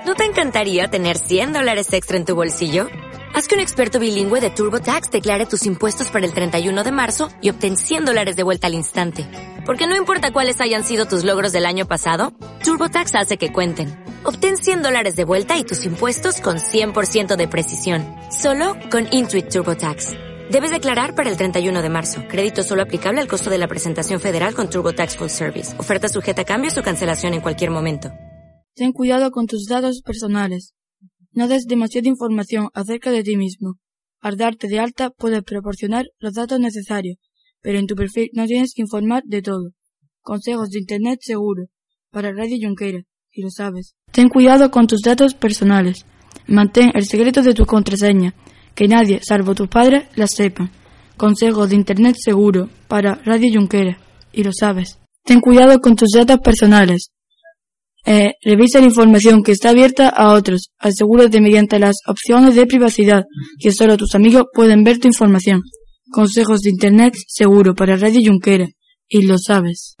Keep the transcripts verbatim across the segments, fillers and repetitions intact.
¿No te encantaría tener cien dólares extra en tu bolsillo? Haz que un experto bilingüe de TurboTax declare tus impuestos para el treinta y uno de marzo y obtén cien dólares de vuelta al instante. Porque no importa cuáles hayan sido tus logros del año pasado, TurboTax hace que cuenten. Obtén cien dólares de vuelta y tus impuestos con cien por ciento de precisión. Solo con Intuit TurboTax. Debes declarar para el treinta y uno de marzo. Crédito solo aplicable al costo de la presentación federal con TurboTax Full Service. Oferta sujeta a cambios o cancelación en cualquier momento. Ten cuidado con tus datos personales. No des demasiada información acerca de ti mismo. Al darte de alta puedes proporcionar los datos necesarios, pero en tu perfil no tienes que informar de todo. Consejos de Internet seguro para Radio Junquera, y lo sabes. Ten cuidado con tus datos personales. Mantén el secreto de tu contraseña, que nadie, salvo tus padres, las sepan. Consejos de Internet seguro para Radio Junquera, y lo sabes. Ten cuidado con tus datos personales. Eh, revisa la información que está abierta a otros. Asegúrate mediante las opciones de privacidad que solo tus amigos pueden ver tu información. Consejos de Internet seguro para Radio Junquera, y lo sabes.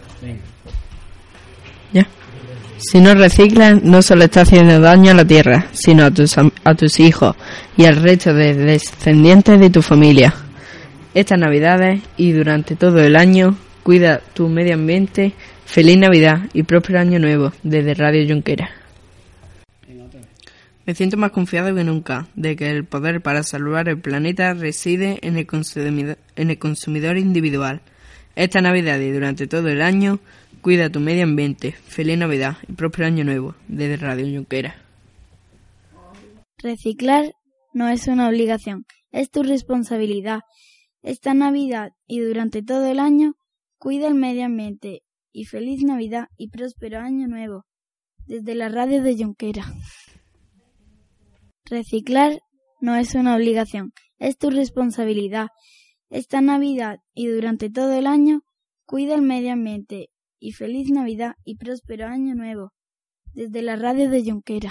Ya. Si no reciclas, no solo estás haciendo daño a la tierra, sino a tus, a tus hijos y al resto de descendientes de tu familia. Estas Navidades y durante todo el año, cuida tu medio ambiente. Feliz Navidad y próspero Año Nuevo desde Radio Junquera. Me siento más confiado que nunca de que el poder para salvar el planeta reside en el consumidor, en el consumidor individual. Esta Navidad y durante todo el año, cuida tu medio ambiente. Feliz Navidad y próspero Año Nuevo desde Radio Junquera. Reciclar no es una obligación, es tu responsabilidad. Esta Navidad y durante todo el año, cuida el medio ambiente. Y feliz Navidad y próspero Año Nuevo desde la radio de Junquera. Reciclar no es una obligación, es tu responsabilidad. Esta Navidad y durante todo el año, cuida el medio ambiente. Y feliz Navidad y próspero Año Nuevo desde la radio de Junquera.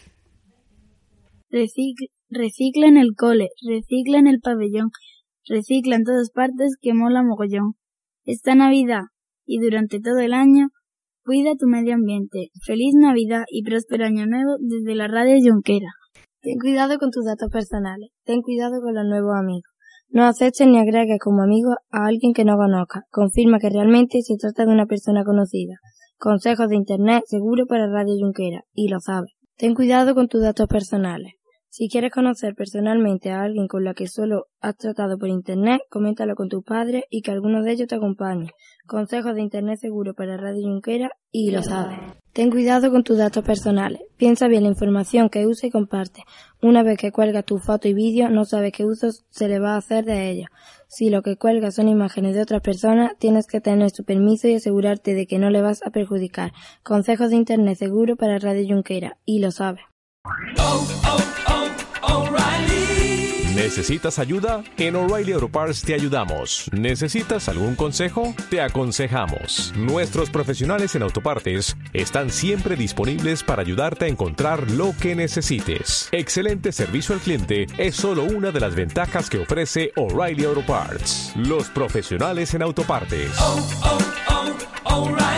Recicla, recicla en el cole, recicla en el pabellón, recicla en todas partes que mola mogollón. Esta Navidad y durante todo el año, cuida tu medio ambiente. Feliz Navidad y próspero Año Nuevo desde la radio Junquera. Ten cuidado con tus datos personales. Ten cuidado con los nuevos amigos. No aceptes ni agregues como amigo a alguien que no conozcas. Confirma que realmente se trata de una persona conocida. Consejos de Internet seguro para Radio Junquera, y lo sabes. Ten cuidado con tus datos personales. Si quieres conocer personalmente a alguien con la que solo has tratado por Internet, coméntalo con tus padres y que alguno de ellos te acompañe. Consejos de Internet seguro para Radio Junquera, y lo sabes. Ten cuidado con tus datos personales. Piensa bien la información que usa y comparte. Una vez que cuelgas tu foto y vídeo, no sabes qué uso se le va a hacer de ellos. Si lo que cuelgas son imágenes de otras personas, tienes que tener su permiso y asegurarte de que no le vas a perjudicar. Consejos de Internet seguro para Radio Junquera, y lo sabes. Oh, oh, oh, O'Reilly. ¿Necesitas ayuda? En O'Reilly Auto Parts te ayudamos. ¿Necesitas algún consejo? Te aconsejamos. Nuestros profesionales en autopartes están siempre disponibles para ayudarte a encontrar lo que necesites. Excelente servicio al cliente es solo una de las ventajas que ofrece O'Reilly Auto Parts. Los profesionales en autopartes. Oh, oh, oh, O'Reilly.